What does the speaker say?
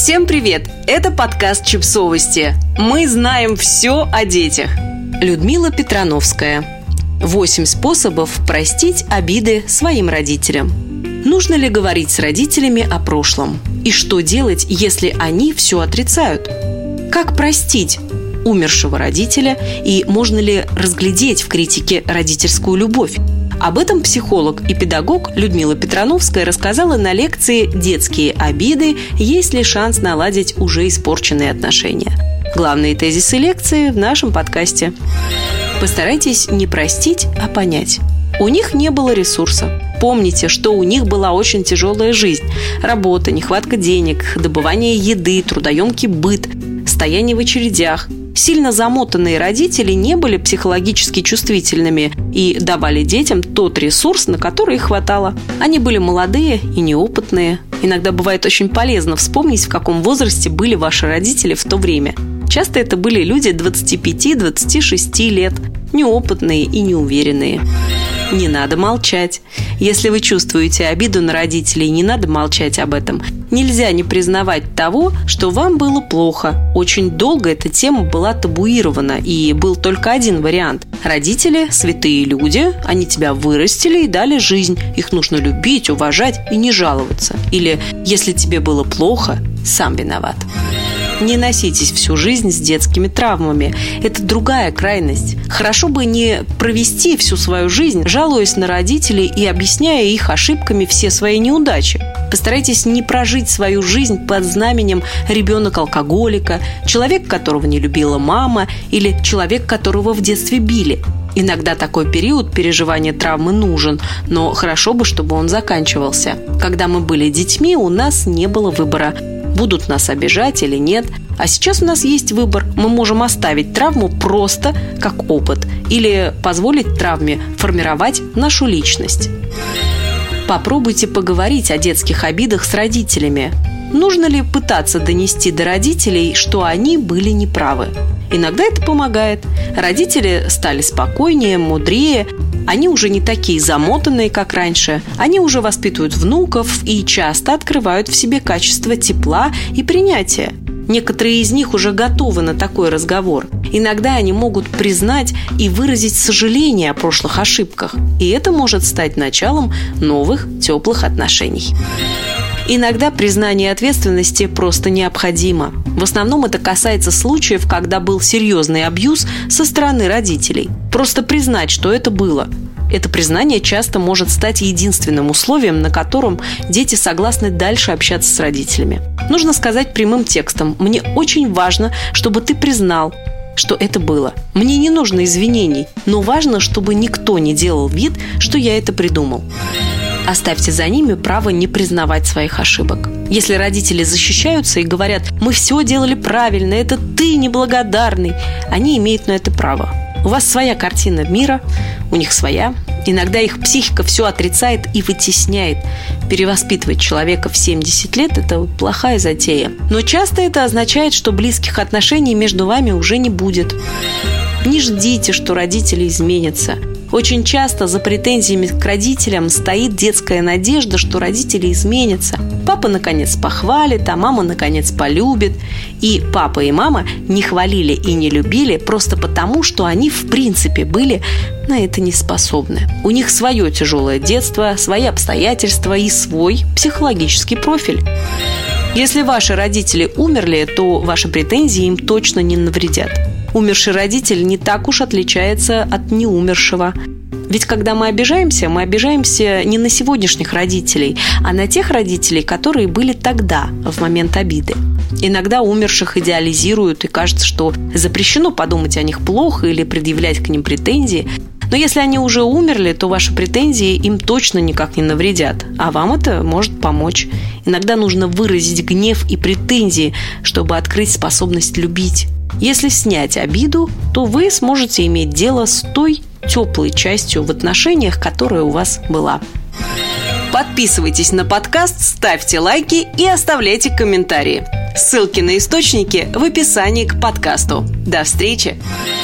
Всем привет! Это подкаст «Чипсовости». Мы знаем все о детях. Людмила Петрановская. 8 способов простить обиды своим родителям. Нужно ли говорить с родителями о прошлом? И что делать, если они все отрицают? Как простить умершего родителя? И можно ли разглядеть в критике родительскую любовь? Об этом психолог и педагог Людмила Петрановская рассказала на лекции «Детские обиды. Есть ли шанс наладить уже испорченные отношения?». Главные тезисы лекции в нашем подкасте. Постарайтесь не простить, а понять. У них не было ресурса. Помните, что у них была очень тяжелая жизнь. Работа, нехватка денег, добывание еды, трудоемкий быт, стояние в очередях. Сильно замотанные родители не были психологически чувствительными и давали детям тот ресурс, на который их хватало. Они были молодые и неопытные. Иногда бывает очень полезно вспомнить, в каком возрасте были ваши родители в то время. Часто это были люди 25-26 лет, неопытные и неуверенные. Не надо молчать. Если вы чувствуете обиду на родителей, не надо молчать об этом. Нельзя не признавать того, что вам было плохо. Очень долго эта тема была табуирована, и был только один вариант. Родители – святые люди, они тебя вырастили и дали жизнь. Их нужно любить, уважать и не жаловаться. Или, если тебе было плохо, сам виноват. Не носитесь всю жизнь с детскими травмами. Это другая крайность. Хорошо бы не провести всю свою жизнь, жалуясь на родителей и объясняя их ошибками все свои неудачи. Постарайтесь не прожить свою жизнь под знаменем ребенок-алкоголика, человек, которого не любила мама, или человек, которого в детстве били. Иногда такой период переживания травмы нужен, но хорошо бы, чтобы он заканчивался. Когда мы были детьми, у нас не было выбора. Будут нас обижать или нет. А сейчас у нас есть выбор. Мы можем оставить травму просто как опыт или позволить травме формировать нашу личность. Попробуйте поговорить о детских обидах с родителями. Нужно ли пытаться донести до родителей, что они были неправы? Иногда это помогает. Родители стали спокойнее, мудрее. Они уже не такие замотанные, как раньше. Они уже воспитывают внуков и часто открывают в себе качество тепла и принятия. Некоторые из них уже готовы на такой разговор. Иногда они могут признать и выразить сожаление о прошлых ошибках. И это может стать началом новых теплых отношений. Иногда признание ответственности просто необходимо. В основном это касается случаев, когда был серьезный абьюз со стороны родителей. Просто признать, что это было. Это признание часто может стать единственным условием, на котором дети согласны дальше общаться с родителями. Нужно сказать прямым текстом: «Мне очень важно, чтобы ты признал, что это было. Мне не нужно извинений, но важно, чтобы никто не делал вид, что я это придумал». Оставьте за ними право не признавать своих ошибок. Если родители защищаются и говорят: «Мы все делали правильно, это ты неблагодарный», они имеют на это право. У вас своя картина мира, у них своя. Иногда их психика все отрицает и вытесняет. Перевоспитывать человека в 70 лет – это плохая затея. Но часто это означает, что близких отношений между вами уже не будет. Не ждите, что родители изменятся. Очень часто за претензиями к родителям стоит детская надежда, что родители изменятся. Папа, наконец, похвалит, а мама, наконец, полюбит. И папа и мама не хвалили и не любили просто потому, что они, в принципе, были на это не способны. У них свое тяжелое детство, свои обстоятельства и свой психологический профиль. Если ваши родители умерли, то ваши претензии им точно не навредят. Умерший родитель не так уж отличается от неумершего. Ведь когда мы обижаемся не на сегодняшних родителей, а на тех родителей, которые были тогда, в момент обиды. Иногда умерших идеализируют, и кажется, что запрещено подумать о них плохо или предъявлять к ним претензии. Но если они уже умерли, то ваши претензии им точно никак не навредят, а вам это может помочь. Иногда нужно выразить гнев и претензии, чтобы открыть способность любить. Если снять обиду, то вы сможете иметь дело с той теплой частью в отношениях, которая у вас была. Подписывайтесь на подкаст, ставьте лайки и оставляйте комментарии. Ссылки на источники в описании к подкасту. До встречи!